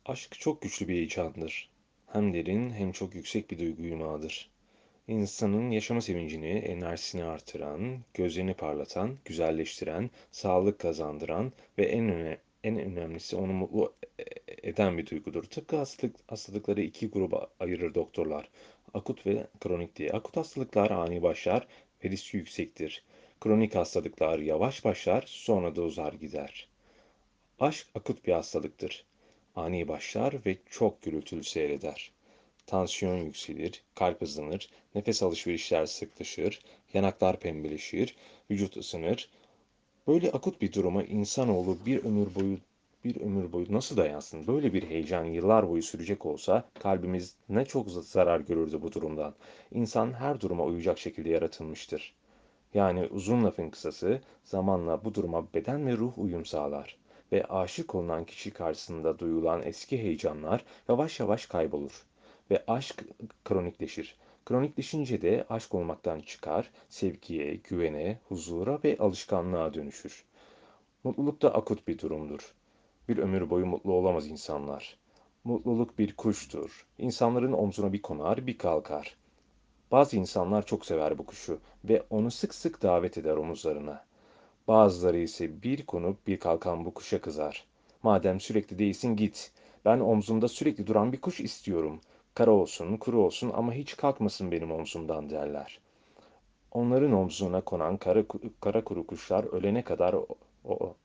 Aşk çok güçlü bir heyecandır. Hem derin hem çok yüksek bir duygu yumağıdır. İnsanın yaşama sevincini, enerjisini artıran, gözlerini parlatan, güzelleştiren, sağlık kazandıran ve en önemlisi onu mutlu eden bir duygudur. Tıpkı hastalıkları iki gruba ayırır doktorlar. Akut ve kronik diye. Akut hastalıklar ani başlar ve riski yüksektir. Kronik hastalıklar yavaş başlar, sonra da uzar gider. Aşk akut bir hastalıktır. Ani başlar ve çok gürültülü seyreder. Tansiyon yükselir, kalp hızlanır, nefes alışverişler sıklaşır, yanaklar pembeleşir, vücut ısınır. Böyle akut bir duruma insanoğlu bir ömür boyu nasıl dayansın? Böyle bir heyecan yıllar boyu sürecek olsa kalbimiz ne çok zarar görürdü bu durumdan. İnsan her duruma uyacak şekilde yaratılmıştır. Yani uzun lafın kısası, zamanla bu duruma beden ve ruh uyum sağlar ve aşık olunan kişi karşısında duyulan eski heyecanlar yavaş yavaş kaybolur ve aşk kronikleşir. Kronikleşince de aşk olmaktan çıkar, sevgiye, güvene, huzura ve alışkanlığa dönüşür. Mutluluk da akut bir durumdur. Bir ömür boyu mutlu olamaz insanlar. Mutluluk bir kuştur. İnsanların omzuna bir konar, bir kalkar. Bazı insanlar çok sever bu kuşu ve onu sık sık davet eder omuzlarına. Bazıları ise bir konup bir kalkan bu kuşa kızar. Madem sürekli değilsin git. Ben omzumda sürekli duran bir kuş istiyorum. Kara olsun, kuru olsun ama hiç kalkmasın benim omzumdan derler. Onların omzuna konan kara kuru kuşlar ölene kadar o-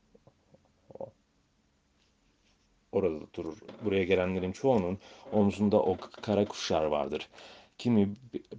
orada durur. Buraya gelenlerin çoğunun omzunda o kara kuşlar vardır. Kimi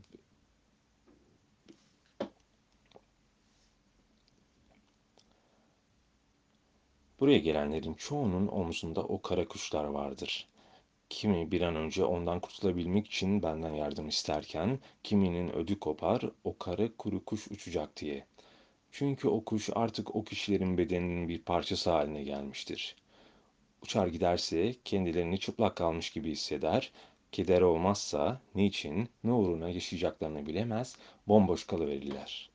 Buraya gelenlerin çoğunun omzunda o kara kuşlar vardır. Kimi bir an önce ondan kurtulabilmek için benden yardım isterken, kiminin ödü kopar, o kara kuru kuş uçacak diye. Çünkü o kuş artık o kişilerin bedeninin bir parçası haline gelmiştir. Uçar giderse kendilerini çıplak kalmış gibi hisseder, keder olmazsa niçin, ne uğruna yaşayacaklarını bilemez, bomboş kalıverirler.